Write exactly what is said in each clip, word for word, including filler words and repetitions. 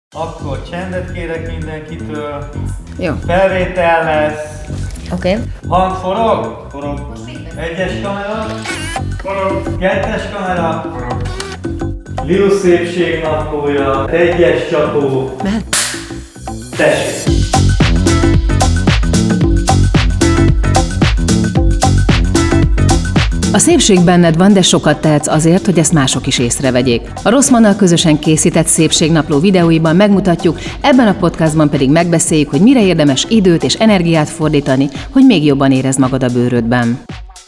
Akkor csendet kérek mindenkitől. Jó. Felvétel lesz. Oké. Okay. Hang forog? Forog. Egyes kamera. Forog. Kettes kamera. Forog. Liu szépség naplója. Egyes csapó. Mehet. Tessék. A szépség benned van, de sokat tehetsz azért, hogy ezt mások is észrevegyék. A Rosszmannal közösen készített szépségnapló videóiban megmutatjuk, ebben a podcastban pedig megbeszéljük, hogy mire érdemes időt és energiát fordítani, hogy még jobban érezd magad a bőrödben.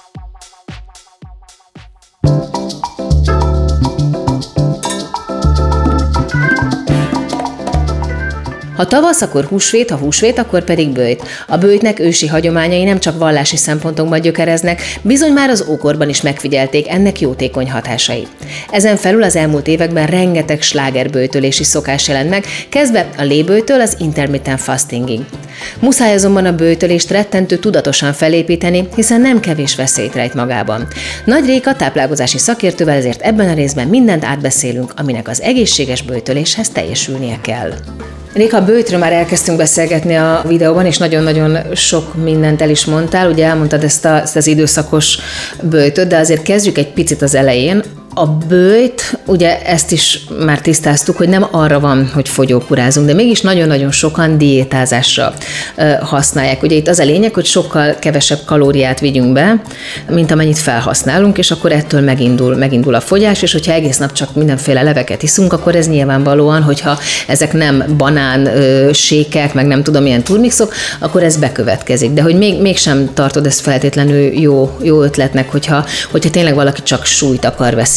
Ha tavasz, akkor húsvét, ha húsvét, akkor pedig böjt. A böjtnek ősi hagyományai nem csak vallási szempontokban gyökereznek, bizony már az ókorban is megfigyelték ennek jótékony hatásai. Ezen felül az elmúlt években rengeteg slágerböjtölési szokás jelent meg, kezdve a léböjtől az intermittent fastingig. Muszáj azonban a böjtölést rettentő tudatosan felépíteni, hiszen nem kevés veszélyt rejt magában. Nagy Réka táplálkozási szakértővel ezért ebben a részben mindent átbeszélünk, aminek az egészséges böjtöléshez teljesülnie kell. Réka, a böjtről már elkezdtünk beszélgetni a videóban, és nagyon-nagyon sok mindent el is mondtál. Ugye elmondtad ezt, a, ezt az időszakos böjtöt, de azért kezdjük egy picit az elején. A böjt, ugye ezt is már tisztáztuk, hogy nem arra van, hogy fogyókúrázunk, de mégis nagyon-nagyon sokan diétázásra használják. Ugye itt az a lényeg, hogy sokkal kevesebb kalóriát vigyünk be, mint amennyit felhasználunk, és akkor ettől megindul, megindul a fogyás, és hogyha egész nap csak mindenféle leveket iszunk, akkor ez nyilvánvalóan, hogyha ezek nem banán sékek, meg nem tudom, milyen turmixok, akkor ez bekövetkezik. De hogy még, mégsem tartod ezt feltétlenül jó, jó ötletnek, hogyha, hogyha tényleg valaki csak súlyt akar veszíteni.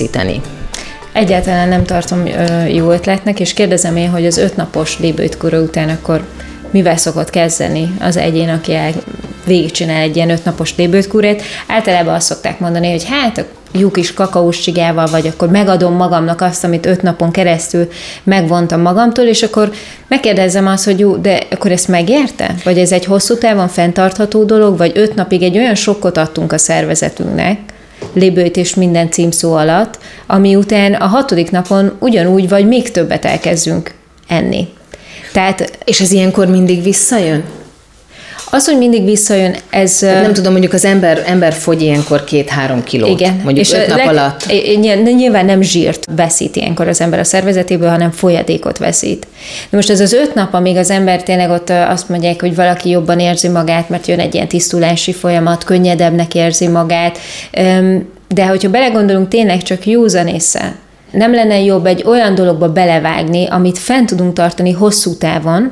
Egyáltalán nem tartom ö, jó ötletnek, és kérdezem én, hogy az ötnapos léböjtkúra után akkor mivel szokott kezdeni az egyén, aki el, végigcsinál egy ilyen ötnapos léböjtkúrát. Általában azt szokták mondani, hogy hát a jó kis kakaós csigával, vagy akkor megadom magamnak azt, amit öt napon keresztül megvontam magamtól, és akkor megkérdezem azt, hogy jó, de akkor ezt megérte? Vagy ez egy hosszú távon fenntartható dolog, vagy öt napig egy olyan sokkot adtunk a szervezetünknek, léböjt és minden címszó alatt, ami után a hatodik napon ugyanúgy vagy még többet elkezdünk enni. Tehát, és ez ilyenkor mindig visszajön? Az, hogy mindig visszajön, ez... Tehát nem tudom, mondjuk az ember, ember fogy ilyenkor két-három kilót, igen, mondjuk és öt nap leg, alatt. Nyilván nem zsírt veszít ilyenkor az ember a szervezetéből, hanem folyadékot veszít. De most ez az öt nap, amíg az ember tényleg ott azt mondják, hogy valaki jobban érzi magát, mert jön egy ilyen tisztulási folyamat, könnyedebbnek érzi magát, de hogyha belegondolunk, tényleg csak józan észre, nem lenne jobb egy olyan dologba belevágni, amit fent tudunk tartani hosszú távon,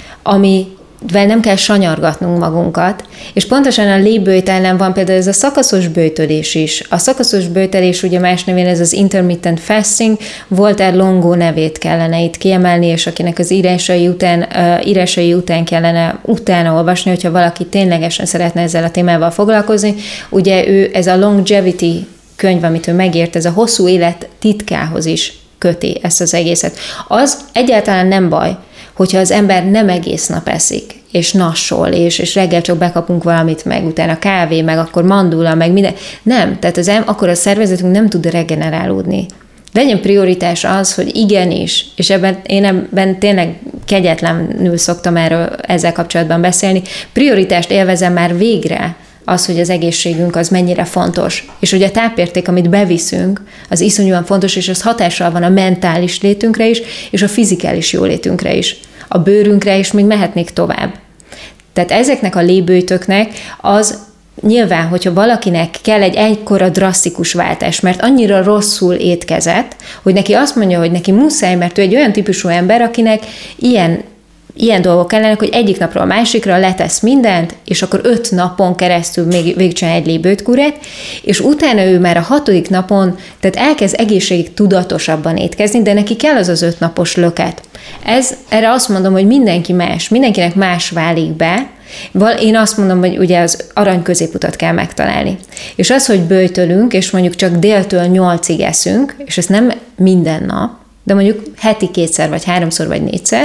ami vel nem kell sanyargatnunk magunkat, és pontosan a léböjt ellen van például ez a szakaszos böjtölés is. A szakaszos böjtölés ugye más nevén ez az intermittent fasting, Walter Longo nevét kellene itt kiemelni, és akinek az írásai után, uh, írásai után kellene utána olvasni, hogyha valaki ténylegesen szeretne ezzel a témával foglalkozni. Ugye ő ez a longevity könyv, amit ő megírt, ez a hosszú élet titkához is köti ezt az egészet. Az egyáltalán nem baj, hogyha az ember nem egész nap eszik, és nassol, és, és reggel csak bekapunk valamit, meg utána kávé, meg akkor mandula, meg minden. Nem, tehát az em, akkor a szervezetünk nem tud regenerálódni. Legyen prioritás az, hogy igenis, és ebben én ebben tényleg kegyetlenül szoktam erről ezzel kapcsolatban beszélni, prioritást élvezem már végre az, hogy az egészségünk az mennyire fontos, és hogy a tápérték, amit beviszünk, az iszonyúan fontos, és az hatással van a mentális létünkre is, és a fizikális jólétünkre is, a bőrünkre is, még mehetnék tovább. Tehát ezeknek a léböjtöknek az nyilván, hogyha valakinek kell egy egykora drasztikus váltás, mert annyira rosszul étkezett, hogy neki azt mondja, hogy neki muszáj, mert ő egy olyan típusú ember, akinek ilyen Ilyen dolgok kellenek, hogy egyik napról a másikra letesz mindent, és akkor öt napon keresztül még végigcsinál egy léböjtkúrát, és utána ő már a hatodik napon, tehát elkezd egészségig tudatosabban étkezni, de neki kell az az öt napos löket. Ez, erre azt mondom, hogy mindenki más, mindenkinek más válik be. Én azt mondom, hogy ugye az arany középutat kell megtalálni. És az, hogy böjtölünk, és mondjuk csak déltől nyolcig eszünk, és ez nem minden nap, de mondjuk heti kétszer, vagy háromszor, vagy négyszer,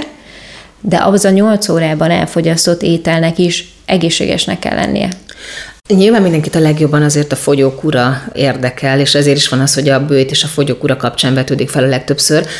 de az a nyolc órában elfogyasztott ételnek is egészségesnek kell lennie. Nyilván mindenkit a legjobban azért a fogyókúra érdekel, és ezért is van az, hogy a böjt és a fogyókúra kapcsán vetődik fel a legtöbbször.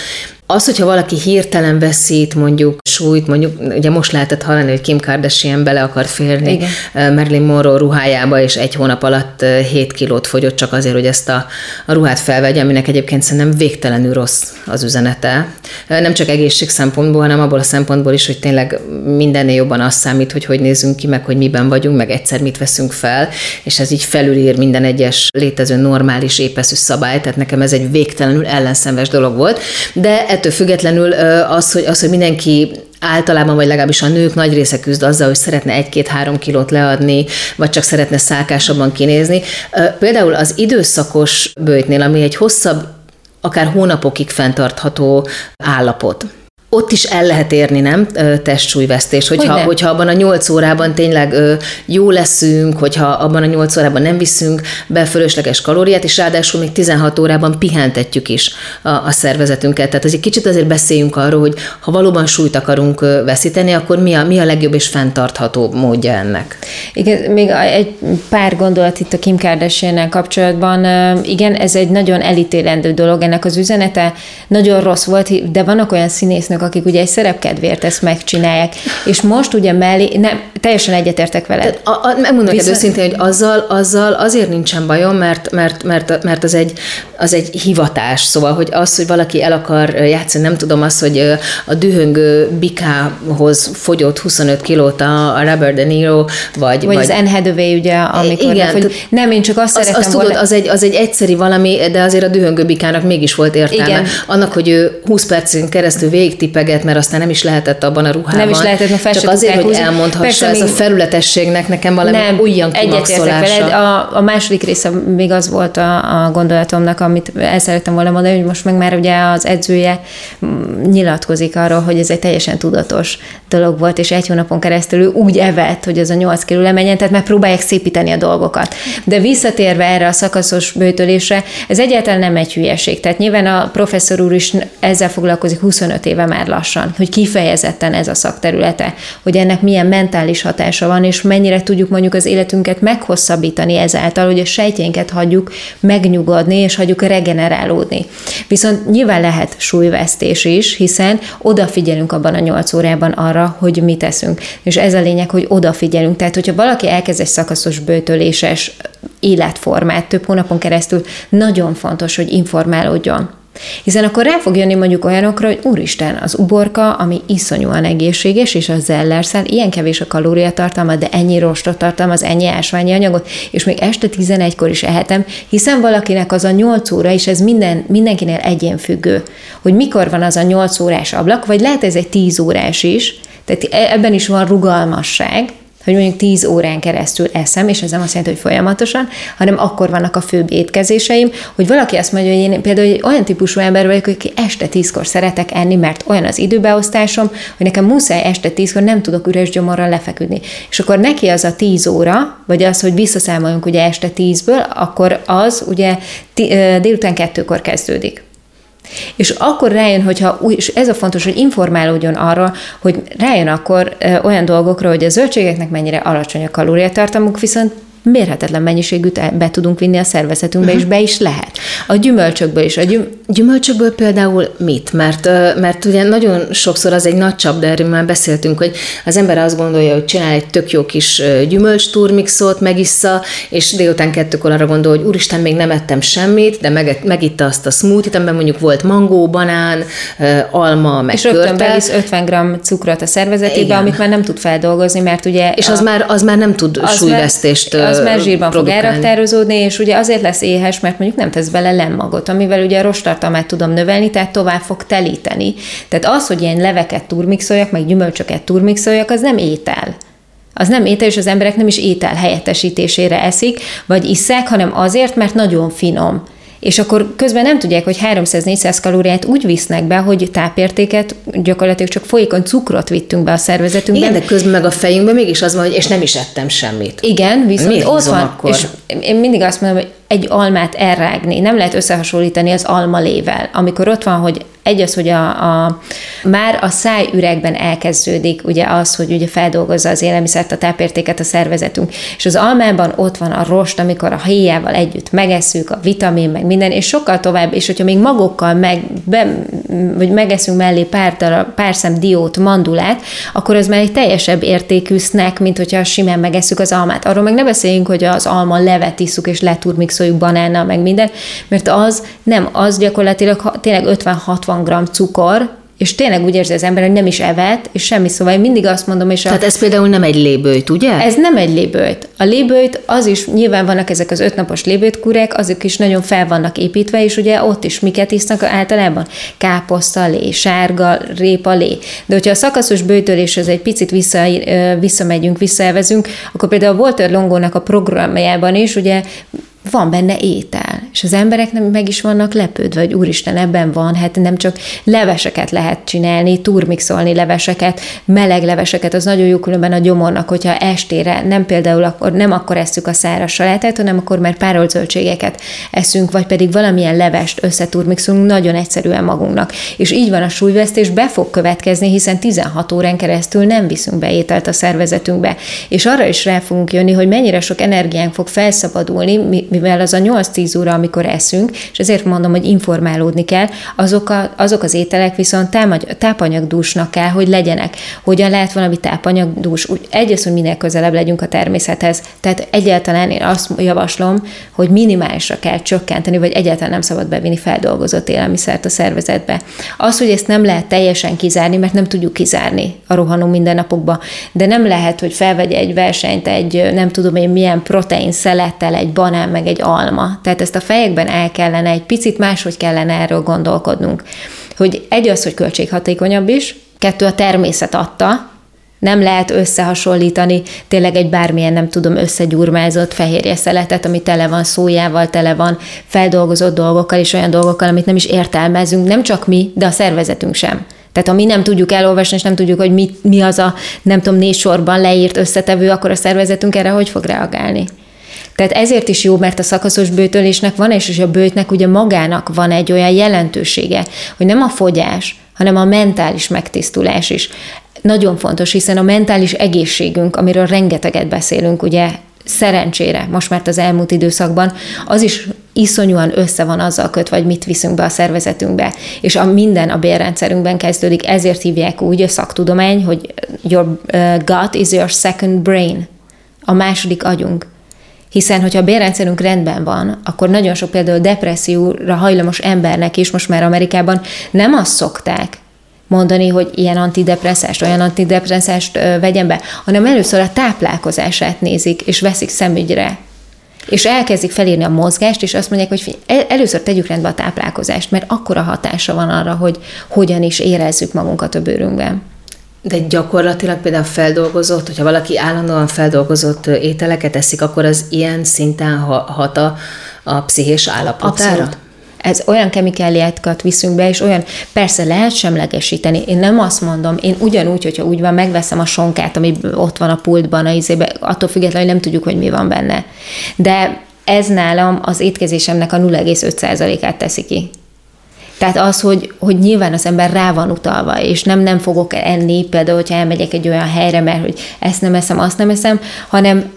Az, hogyha valaki hirtelen veszít mondjuk súlyt, mondjuk ugye most lehetett hallani, hogy Kim Kardashian bele akart férni Igen. Marilyn Monroe ruhájába, és egy hónap alatt hét kilót fogyott csak azért, hogy ezt a, a ruhát felvegye, aminek egyébként szerintem végtelenül rossz az üzenete. Nem csak egészség szempontból, hanem abból a szempontból is, hogy tényleg mindennél jobban az számít, hogy hogy nézzünk ki, meg hogy miben vagyunk, meg egyszer mit veszünk fel, és ez így felülír minden egyes létező normális épeszű szabályt, tehát nekem ez egy végtelenül ellenszenves dolog volt, de ettől függetlenül az, hogy, az, hogy mindenki általában, vagy legalábbis a nők nagy része küzd azzal, hogy szeretne egy-két-három kilót leadni, vagy csak szeretne szálkásabban kinézni. Például az időszakos böjtnél, ami egy hosszabb, akár hónapokig fenntartható állapot, ott is el lehet érni, nem? Testsúlyvesztés. Hogyha, hogy hogyha abban a nyolc órában tényleg jó leszünk, hogyha abban a nyolc órában nem viszünk be fölösleges kalóriát, és ráadásul még tizenhat órában pihentetjük is a, a szervezetünket. Tehát egy kicsit azért beszéljünk arról, hogy ha valóban súlyt akarunk veszíteni, akkor mi a, mi a legjobb és fenntartható módja ennek? Igen, még egy pár gondolat itt a Kim Kardashian-nel kapcsolatban. Igen, ez egy nagyon elítélendő dolog, ennek az üzenete nagyon rossz volt, de vannak olyan színésznők, akik ugye egy szerepkedvéért ezt megcsinálják, és most ugye mellé, nem, teljesen egyetértek veled. A, a, megmondom neked őszintén, hogy azzal, azzal azért nincsen bajom, mert, mert, mert, mert az, egy, az egy hivatás, szóval, hogy az, hogy valaki el akar játszani, nem tudom azt, hogy a dühöngő bikához fogyott huszonöt kilót a, a Robert De Niro, vagy... Vagy, vagy az Anne Hathaway, ugye, amikor... Igen, hogy nem, én csak azt az, szeretem azt volna... tudod, az egy, az egy egyszeri valami, de azért a dühöngő bikának mégis volt értelme. Igen. Annak, hogy ő húsz percen keresztül végig tipeget, mert aztán nem is lehetett abban a ruhában. Nem is lehetett, mert fel csak azért, hogy húzni. Elmondhassa, Persze, ez még... a felületességnek nekem valami nem, olyan kimaxolása. Veled. A, a második része még az volt a, a gondolatomnak, amit el szerettem volna mondani, hogy most meg már ugye az edzője nyilatkozik arról, hogy ez egy teljesen tudatos dolog volt, és egy hónapon keresztül ő úgy evett, hogy ez a nyolc kiló lemenjen, tehát már próbálják szépíteni a dolgokat. De visszatérve erre a szakaszos böjtölésre, ez egyáltalán nem egy hülyeség. Tehát nyilván a professzor úr is ezzel foglalkozik huszonöt éve már lassan, hogy kifejezetten ez a szakterülete, hogy ennek milyen mentális hatása van, és mennyire tudjuk mondjuk az életünket meghosszabbítani ezáltal, hogy a sejtjeinket hagyjuk megnyugodni, és hagyjuk regenerálódni. Viszont nyilván lehet súlyvesztés is, hiszen odafigyelünk abban a nyolc órában arra, hogy mit teszünk. És ez a lényeg, hogy odafigyelünk. Tehát, hogyha valaki elkezd egy szakaszos böjtöléses életformát több hónapon keresztül, nagyon fontos, hogy informálódjon. Hiszen akkor rá fog jönni mondjuk olyanokra, hogy úristen, az uborka, ami iszonyúan egészséges, és a zellerszál ilyen kevés a kalóriatartalma, de ennyi rostot tartalmaz, ennyi ásványi anyagot, és még este tizenegykor is ehetem, hiszen valakinek az a nyolc óra, és ez minden, mindenkinél egyénfüggő, hogy mikor van az a nyolc órás ablak, vagy lehet ez egy tíz órás is, tehát ebben is van rugalmasság, hogy mondjuk tíz órán keresztül eszem, és ez nem azt jelenti, hogy folyamatosan, hanem akkor vannak a főbb étkezéseim, hogy valaki azt mondja, hogy én például egy olyan típusú ember vagyok, hogy este tízkor szeretek enni, mert olyan az időbeosztásom, hogy nekem muszáj este tízkor nem tudok üres gyomorral lefeküdni. És akkor neki az a tíz óra, vagy az, hogy visszaszámoljunk ugye este tízből, akkor az ugye délután kettőkor kezdődik. És akkor rájön, hogyha, és ez a fontos, hogy informálódjon arra, hogy rájön akkor olyan dolgokra, hogy a zöldségeknek mennyire alacsony a kalóriatartalmuk, viszont mérhetetlen mennyiségűt be tudunk vinni a szervezetünkbe, uh-huh. és be is lehet. A gyümölcsökből is. A gyüm... Gyümölcsökből például mit? Mert, mert ugye nagyon sokszor az egy nagy csapda, erről már beszéltünk, hogy az ember azt gondolja, hogy csinál egy tök jó kis gyümölcs turmixot, megissza, és délután kettőkor arra gondol, hogy úristen, még nem ettem semmit, de meg, megitta azt a smoothie-t, amiben mondjuk volt mangó, banán, alma, meg és körte. És rögtön bevisz ötven gramm cukrot a szervezetébe, Igen. amit már nem tud feldolgozni, mert ugye... És az, a... már, az már nem tud az súlyvesztést már, az már zsírban fog elraktározódni, és ugye azért lesz éhes, mert mondjuk nem tesz bele lemmagot, amivel ugye a rosttartalmát tudom növelni, tehát tovább fog telíteni. Tehát az, hogy ilyen leveket turmixoljak, meg gyümölcsöket turmixoljak, az nem étel. Az nem étel, és az emberek nem is étel helyettesítésére eszik, vagy isszák, hanem azért, mert nagyon finom. És akkor közben nem tudják, hogy háromszáz-négyszáz kalóriát úgy visznek be, hogy tápértéket, gyakorlatilag csak folyékony cukrot vittünk be a szervezetünkbe. Igen, de közben meg a fejünkben mégis az van, hogy és nem is ettem semmit. Igen, viszont Miért ott van, akkor? És én mindig azt mondom, hogy egy almát elrágni, nem lehet összehasonlítani az almalével. Amikor ott van, hogy egy az, hogy a, a, már a szájüregben elkezdődik ugye az, hogy ugye feldolgozza az élelmiszert, a tápértéket a szervezetünk. És az almában ott van a rost, amikor a héjával együtt megesszük, a vitamin, meg minden, és sokkal tovább, és hogyha még magokkal meg, be, vagy megeszünk mellé pár, darab, pár szem diót, mandulát, akkor az már egy teljesebb értékű snack, mint hogyha simán megesszük az almát. Arról meg ne beszéljünk, hogy az alma levet isszuk, és leturmixoljuk banánnal, meg minden, mert az nem, az gyakorlatilag tényleg ötven-hatvan gramm cukor, és tényleg úgy érzi az ember, hogy nem is evett, és semmi, szóval én mindig azt mondom, és a... Tehát ez például nem egy lébőjt, ugye? Ez nem egy lébőjt. A lébőjt, az is, nyilván vannak ezek az ötnapos lébőjtkurek, azok is nagyon fel vannak építve, és ugye ott is miket isznak általában? Káposzta lé, sárga répa lé. De hogyha a szakaszos bőjtöléshez egy picit vissza, visszamegyünk, visszaelvezünk, akkor például a Walter Longónak a programjában is, ugye van benne étel, és az emberek nem meg is vannak lepődve, hogy úristen, ebben van, hát nem csak leveseket lehet csinálni, turmixolni leveseket, meleg leveseket, az nagyon jó különben a gyomornak, hogyha estére nem például akkor, nem akkor esszük a száraz salátát, hanem akkor már párolt zöldségeket eszünk, vagy pedig valamilyen levest összeturmixolunk nagyon egyszerűen magunknak. És így van a súlyvesztés, be fog következni, hiszen tizenhat órán keresztül nem viszünk be ételt a szervezetünkbe. És arra is rá fogunk jönni, hogy mennyire sok energiánk fog felszabadulni, mivel az a nyolc-tíz óra, amikor eszünk, és ezért mondom, hogy informálódni kell, azok, a, azok az ételek viszont tápanyagdúsnak kell, hogy legyenek. Hogyan lehet valami tápanyagdús? Egy az, hogy minél közelebb legyünk a természethez. Tehát egyáltalán én azt javaslom, hogy minimálisra kell csökkenteni, vagy egyáltalán nem szabad bevinni feldolgozott élelmiszert a szervezetbe. Az, hogy ezt nem lehet teljesen kizárni, mert nem tudjuk kizárni a rohanó mindennapokba, de nem lehet, hogy felvegye egy versenyt egy, nem tudom én milyen protein szelettel, egy banán, meg egy alma. Tehát ezt a fejekben el kellene, egy picit máshogy kellene erről gondolkodnunk. Hogy egy az, hogy költséghatékonyabb is, kettő a természet adta, nem lehet összehasonlítani tényleg egy bármilyen, nem tudom, összegyurmázott fehérje szeletet, ami tele van szójával, tele van feldolgozott dolgokkal, és olyan dolgokkal, amit nem is értelmezünk, nem csak mi, de a szervezetünk sem. Tehát ha mi nem tudjuk elolvasni, és nem tudjuk, hogy mi, mi az a, nem tudom, négy sorban leírt összetevő, akkor a szervezetünk erre hogy fog reagálni? Tehát ezért is jó, mert a szakaszos bőjtölésnek van, és a bőjtnek ugye magának van egy olyan jelentősége, hogy nem a fogyás, hanem a mentális megtisztulás is. Nagyon fontos, hiszen a mentális egészségünk, amiről rengeteget beszélünk, ugye szerencsére, most már az elmúlt időszakban, az is iszonyúan össze van azzal kötve, hogy mit viszünk be a szervezetünkbe. És a minden a bélrendszerünkben kezdődik, ezért hívják úgy a szaktudomány, hogy your gut is your second brain, a második agyunk. Hiszen, hogyha a bélrendszerünk rendben van, akkor nagyon sok például depresszióra hajlamos embernek is most már Amerikában nem azt szokták mondani, hogy ilyen antidepresszást, olyan antidepresszást vegyen be, hanem először a táplálkozását nézik, és veszik szemügyre. És elkezdik felírni a mozgást, és azt mondják, hogy először tegyük rendbe a táplálkozást, mert akkora hatása van arra, hogy hogyan is érezzük magunkat a bőrünkben. De gyakorlatilag például feldolgozott, hogyha valaki állandóan feldolgozott ételeket eszik, akkor az ilyen szinten hat a, a pszichés állapotára? Abszolút. Ez olyan kemikáliákat viszünk be, és olyan, persze lehet semlegesíteni. Én nem azt mondom, én ugyanúgy, hogyha úgy van, megveszem a sonkát, ami ott van a pultban, a izébe, attól függetlenül nem tudjuk, hogy mi van benne. De ez nálam az étkezésemnek a nulla egész öt százalékát teszi ki. Tehát az, hogy, hogy nyilván az ember rá van utalva, és nem nem fogok enni, például, hogyha elmegyek egy olyan helyre, mert hogy ezt nem eszem, azt nem eszem, hanem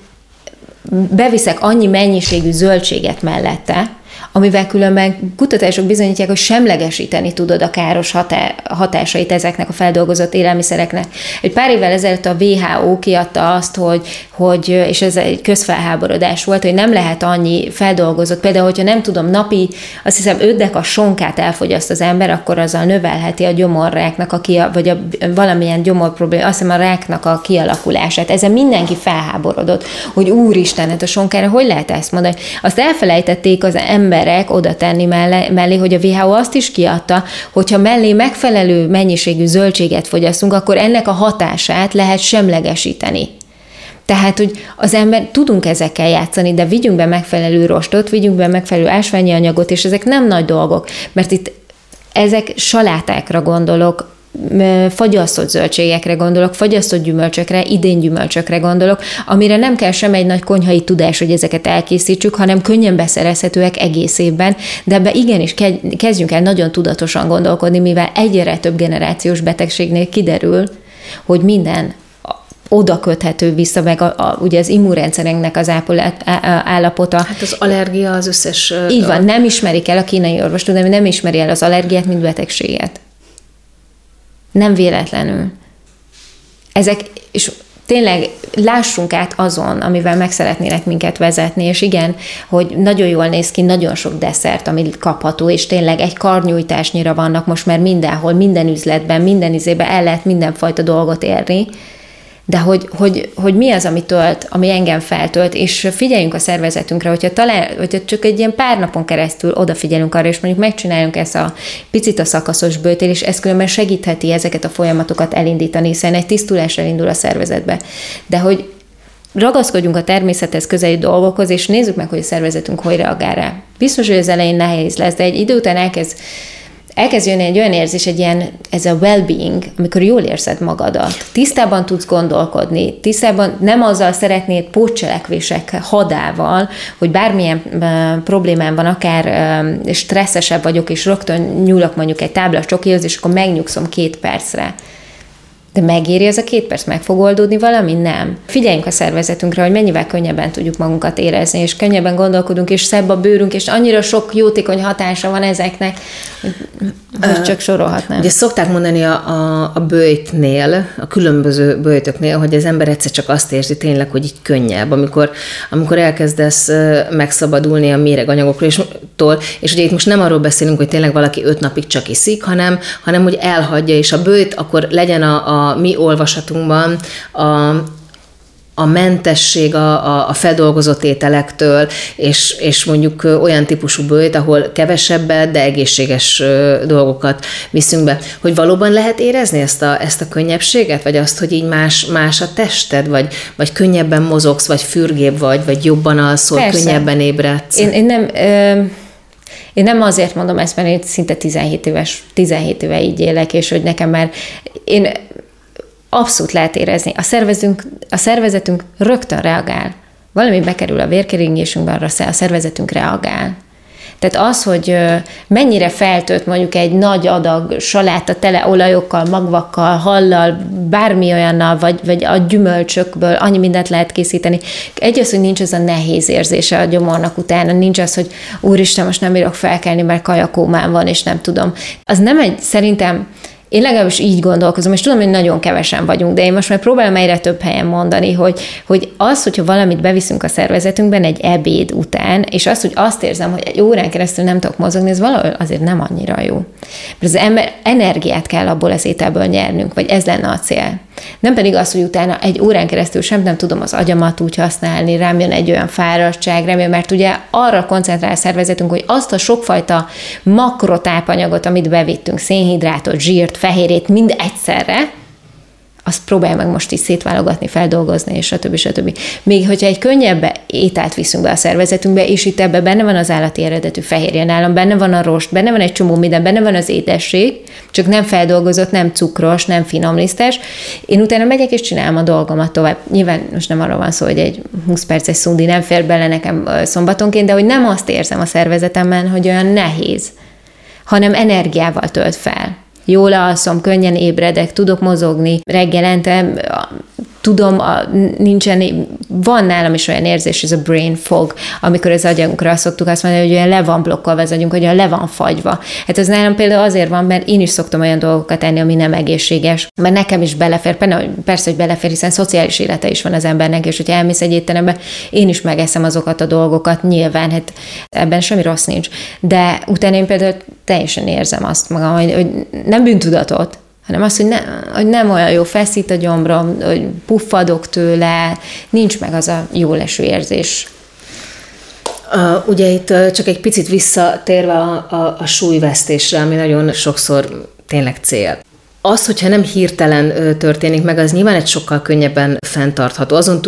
beviszek annyi mennyiségű zöldséget mellette, amivel különben kutatások bizonyítják, hogy semlegesíteni tudod a káros hatá- hatásait ezeknek a feldolgozott élelmiszereknek. Egy pár évvel ezelőtt a dupla vé há ó kiadta azt, hogy, hogy, és ez egy közfelháborodás volt, hogy nem lehet annyi feldolgozott, például, hogyha nem tudom, napi, azt hiszem öt deka sonkát elfogyaszt az ember, akkor azzal növelheti a gyomorráknak, a kia, vagy a, valamilyen gyomorprobléma, azt hiszem a ráknak a kialakulását. Ezen mindenki felháborodott, hogy úristen, hát a sonkára hogy lehet ezt mondani? Azt elfelejtették az ember emberek oda tenni mellé, mellé, hogy a dupla vé há ó azt is kiadta, hogyha mellé megfelelő mennyiségű zöldséget fogyasztunk, akkor ennek a hatását lehet semlegesíteni. Tehát, hogy az ember, tudunk ezekkel játszani, de vigyünk be megfelelő rostot, vigyünk be megfelelő ásványi anyagot, és ezek nem nagy dolgok, mert itt ezek salátákra gondolok, fagyasztott zöldségekre gondolok, fagyasztott gyümölcsökre, idén gyümölcsökre gondolok, amire nem kell sem egy nagy konyhai tudás, hogy ezeket elkészítsük, hanem könnyen beszerezhetőek egész évben, de ebbe igenis kezdjünk el nagyon tudatosan gondolkodni, mivel egyre több generációs betegségnél kiderül, hogy minden oda köthető vissza, meg a, a, ugye az immunrendszerünknek az ápolát, állapota. Hát az allergia az összes... Így van, nem ismerik el a kínai orvostudomány, nem ismeri el az allergiát, mint betegséget. Nem véletlenül. Ezek, és tényleg lássunk át azon, amivel meg szeretnének minket vezetni, és igen, hogy nagyon jól néz ki, nagyon sok desszert, ami kapható, és tényleg egy karnyújtásnyira vannak most már mindenhol, minden üzletben, minden izében el lehet mindenfajta dolgot érni, de hogy, hogy, hogy mi az, ami tölt, ami engem feltölt, és figyeljünk a szervezetünkre, hogyha, talán, hogyha csak egy ilyen pár napon keresztül odafigyelünk arra, és mondjuk megcsináljuk ezt a picit a szakaszos bőtélés, ez különben segítheti ezeket a folyamatokat elindítani, hiszen egy tisztulás elindul a szervezetbe. De hogy ragaszkodjunk a természethez közeli dolgokhoz, és nézzük meg, hogy a szervezetünk hogy reagál rá. Biztos, hogy az elején nehéz lesz, de egy idő után elkezd Elkezd jönni egy olyan érzés, egy ilyen, ez a well-being, amikor jól érzed magadat. Tisztában tudsz gondolkodni, tisztában nem azzal szeretnéd pótcselekvések hadával, hogy bármilyen uh, problémám van, akár uh, stresszesebb vagyok, és rögtön nyúlok mondjuk egy tábla csokihoz, és akkor megnyugszom két percre. De megéri ez a két perc, meg fog oldódni valami? Nem. Figyeljünk a szervezetünkre, hogy mennyivel könnyebben tudjuk magunkat érezni, és könnyebben gondolkodunk, és szebb a bőrünk, és annyira sok jótékony hatása van ezeknek, hogy, hogy csak sorolhatnám. Ugye szokták mondani a, a, a böjtnél, a különböző böjtöknél, hogy az ember egyszer csak azt érzi tényleg, hogy így könnyebb, amikor, amikor elkezdesz megszabadulni a méreganyagokról, és, és ugye itt most nem arról beszélünk, hogy tényleg valaki öt napig csak iszik, hanem, hanem hogy elhagyja, és a böjt akkor legyen a, a a mi olvasatunkban a, a mentesség a, a, a feldolgozott ételektől, és, és mondjuk olyan típusú böjt, ahol kevesebbet, de egészséges dolgokat viszünk be. Hogy valóban lehet érezni ezt a, ezt a könnyebbséget, vagy azt, hogy így más, más a tested, vagy, vagy könnyebben mozogsz, vagy fürgébb vagy, vagy jobban alszol, persze, könnyebben ébredsz? Én, én nem... Ö... Én nem azért mondom ezt, mert én szinte tizenhét éves, tizenhét éve így élek, és hogy nekem már, én abszolút lehet érezni. A szervezetünk, a szervezetünk rögtön reagál. Valami bekerül a vérkeringésünkben, arra a szervezetünk reagál. Tehát az, hogy mennyire feltölt mondjuk egy nagy adag saláta tele olajokkal, magvakkal, hallal, bármi olyannal, vagy, vagy a gyümölcsökből annyi mindent lehet készíteni. Egy az, hogy nincs az a nehéz érzése a gyomornak utána, nincs az, hogy úristen, most nem bírok felkelni, mert kajakómám van, és nem tudom. Az nem egy, szerintem, én legalábbis így gondolkozom, és tudom, hogy nagyon kevesen vagyunk, de én most már próbálom egyre több helyen mondani, hogy, hogy az, hogyha valamit beviszünk a szervezetünkben egy ebéd után, és az, hogy azt érzem, hogy egy órán keresztül nem tudok mozogni, ez valahol azért nem annyira jó. Mert az ember, energiát kell abból az ételből nyernünk, vagy ez lenne a cél. Nem pedig az, hogy utána egy órán keresztül sem nem tudom az agyamat úgy használni, rám jön egy olyan fáradtság, rám jön, mert ugye arra koncentrál a szervezetünk, hogy azt a sokfajta makrotápanyagot, amit bevittünk, szénhidrátot, zsírt, fehérjét, mind egyszerre, azt próbálj meg most is szétválogatni, feldolgozni, és stb. stb. Még hogyha egy könnyebb ételt viszünk be a szervezetünkbe, és itt ebben benne van az állati eredetű fehérje nálam, benne van a rost, benne van egy csomó minden, benne van az édesség, csak nem feldolgozott, nem cukros, nem finomlisztes. Én utána megyek és csinálom a dolgomat tovább. Nyilván most nem arról van szó, hogy egy húsz perces szundi nem fér bele nekem szombatonként, de hogy nem azt érzem a szervezetemben, hogy olyan nehéz, hanem energiával tölt fel. Jól alszom, könnyen ébredek, tudok mozogni reggelente, tudom, a, nincsen, van nálam is olyan érzés, ez a brain fog, amikor az agyagunkra azt szoktuk azt mondani, hogy olyan le van blokkolva az agyunk, hogy olyan le van fagyva. Hát ez nálam például azért van, mert én is szoktam olyan dolgokat enni, ami nem egészséges, mert nekem is belefér, persze, hogy belefér, hiszen szociális élete is van az embernek, és hogyha elmész egy étterembe, én is megeszem azokat a dolgokat, nyilván, hát ebben semmi rossz nincs. De utána én például teljesen érzem azt magam, hogy, hogy nem bűntudatot, hanem az, hogy, ne, hogy nem olyan jó, feszít a gyomrom, hogy puffadok tőle, nincs meg az a jó leső érzés. Uh, ugye itt uh, csak egy picit visszatérve a, a, a súlyvesztésre, ami nagyon sokszor tényleg cél. Az, hogyha nem hirtelen uh, történik meg, az nyilván egy sokkal könnyebben fenntartható. Azon túl, hogy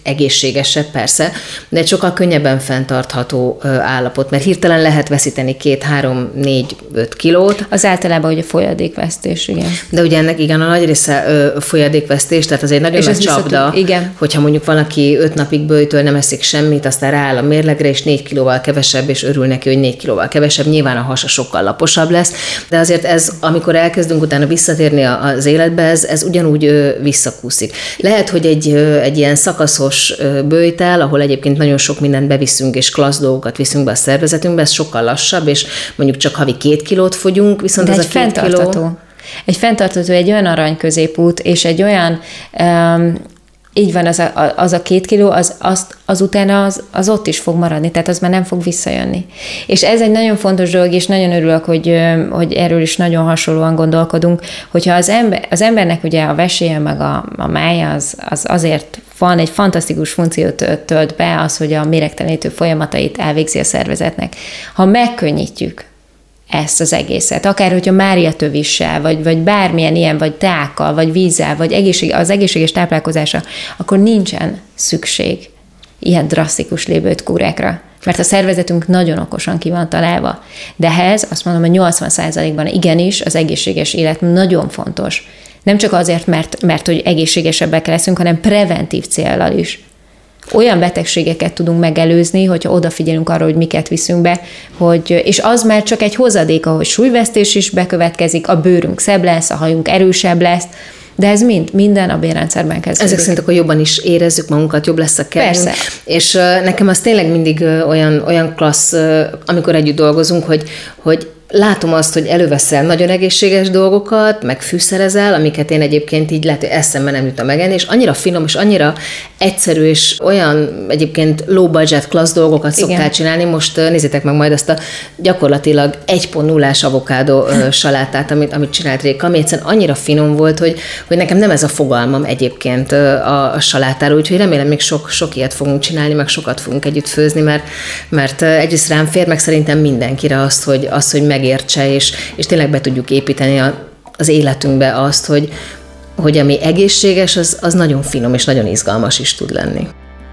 egészségesebb persze, de egy sokkal könnyebben fenntartható állapot, mert hirtelen lehet veszíteni két, három, négy, öt kilót. Az általában ugye folyadékvesztés, igen. De ugye ennek igen, a nagy része ö, folyadékvesztés, tehát az egy nagyon nagy csapda, igen. hogyha mondjuk valaki öt napig bőjtől nem eszik semmit, aztán rááll a mérlegre, és négy kilóval kevesebb, és örül neki, hogy négy kilóval kevesebb, nyilván a hasa sokkal laposabb lesz, de azért ez, amikor elkezdünk utána visszatérni az életbe, ez, ez ugyanúgy ö, visszakúszik. Lehet, hogy egy, ö, egy ilyen szakaszos ö, bőjtel, ahol egyébként nagyon sok mindent beviszünk, és klassz dolgokat viszünk be a szervezetünkbe, ez sokkal lassabb, és mondjuk csak havi két kilót fogyunk, viszont de ez egy a két fenntartató. kiló... Egy fenntartató, egy olyan arany középút, és egy olyan, um, így van, az a, az a két kiló, az, az, az utána az, az ott is fog maradni, tehát az már nem fog visszajönni. És ez egy nagyon fontos dolog, és nagyon örülök, hogy, hogy erről is nagyon hasonlóan gondolkodunk, hogyha az, ember, az embernek ugye a veséje meg a, a mája az, az azért van, egy fantasztikus funkciót tölt be, az, hogy a méregtelenítő folyamatait elvégzi a szervezetnek. Ha megkönnyítjük ezt az egészet, akár hogyha Mária tövissel, vagy, vagy bármilyen ilyen, vagy teákkal, vagy vízzel, vagy egészség, az egészséges táplálkozása, akkor nincsen szükség ilyen drasztikus lébőtkúrákra, mert a szervezetünk nagyon okosan ki van találva. De ehhez azt mondom, hogy nyolcvan százalékban igenis az egészséges élet nagyon fontos. Nem csak azért, mert, mert hogy egészségesebbek leszünk, hanem preventív céllal is. Olyan betegségeket tudunk megelőzni, hogyha odafigyelünk arra, hogy miket viszünk be, hogy, és az már csak egy hozadék, ahogy súlyvesztés is bekövetkezik, a bőrünk szebb lesz, a hajunk erősebb lesz, de ez mind, minden a bérrendszerben kezdődik. Ezek szerint akkor jobban is érezzük magunkat, jobb lesz a kedvünk. Persze. És uh, nekem az tényleg mindig uh, olyan, olyan klassz, uh, amikor együtt dolgozunk, hogy, hogy látom azt, hogy előveszel nagyon egészséges dolgokat, meg fűszerezel, amiket én egyébként így lehet, hogy eszembe nem jut a megenni, és annyira finom, és annyira egyszerű, és olyan egyébként low budget klassz dolgokat igen. szoktál csinálni. Most nézzétek meg majd azt a gyakorlatilag egy pont nullás avokádó salátát, amit, amit csinált Réka, ami egyszerűen annyira finom volt, hogy, hogy nekem nem ez a fogalmam egyébként a, a salátáról, úgyhogy remélem még sok, sok ilyet fogunk csinálni, meg sokat fogunk együtt főzni, mert, mert egyrészt rám fér, meg szerintem mindenkire azt, hogy, azt, hogy megértse, és, és tényleg be tudjuk építeni a, az életünkbe azt, hogy, hogy ami egészséges, az, az nagyon finom és nagyon izgalmas is tud lenni.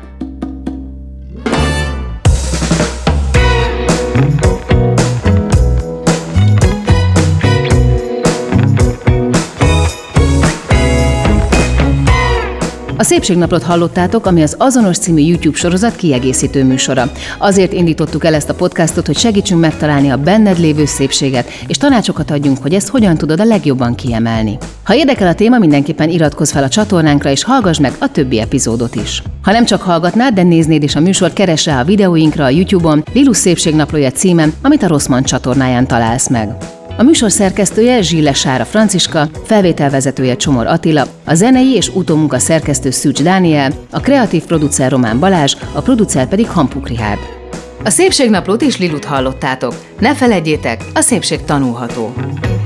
A Szépségnaplót hallottátok, ami az Azonos című YouTube sorozat kiegészítő műsora. Azért indítottuk el ezt a podcastot, hogy segítsünk megtalálni a benned lévő szépséget, és tanácsokat adjunk, hogy ezt hogyan tudod a legjobban kiemelni. Ha érdekel a téma, mindenképpen iratkozz fel a csatornánkra, és hallgass meg a többi epizódot is. Ha nem csak hallgatnád, de néznéd is a műsort, keresd rá a videóinkra a YouTube-on, Lilus Szépségnaplója címen, amit a Rosszmann csatornáján találsz meg. A műsor szerkesztője Zsille Sára Franciska, felvételvezetője Csomor Attila, a zenei és utómunka szerkesztő Szűcs Dániel, a kreatív producer Román Balázs, a producer pedig Hampuk Richárd. A Szépségnaplót és Lilut hallottátok. Ne feledjétek, a szépség tanulható.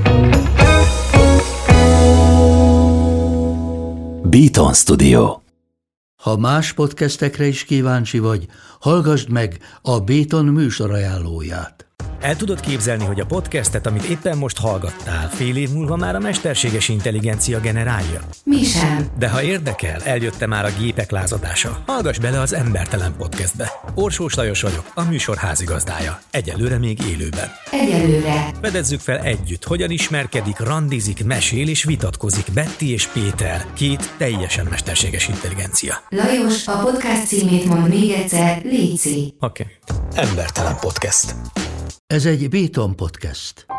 Beaton Studio. Ha más podcastekre is kíváncsi vagy, hallgassd meg a Beaton műsor ajánlóját. El tudod képzelni, hogy a podcastet, amit éppen most hallgattál, fél év múlva már a mesterséges intelligencia generálja? Mi sem. De ha érdekel, eljött már a gépek lázadása. Hallgass bele az Embertelen Podcastbe. Orsós Lajos vagyok, a műsor házigazdája. Egyelőre még élőben. Egyelőre. Fedezzük fel együtt, hogyan ismerkedik, randizik, mesél és vitatkozik Betty és Péter, két teljesen mesterséges intelligencia. Lajos, a podcast címét mond még egyszer, léci. Oké. Okay. Embertelen Podcast. Ez egy Beaton Podcast.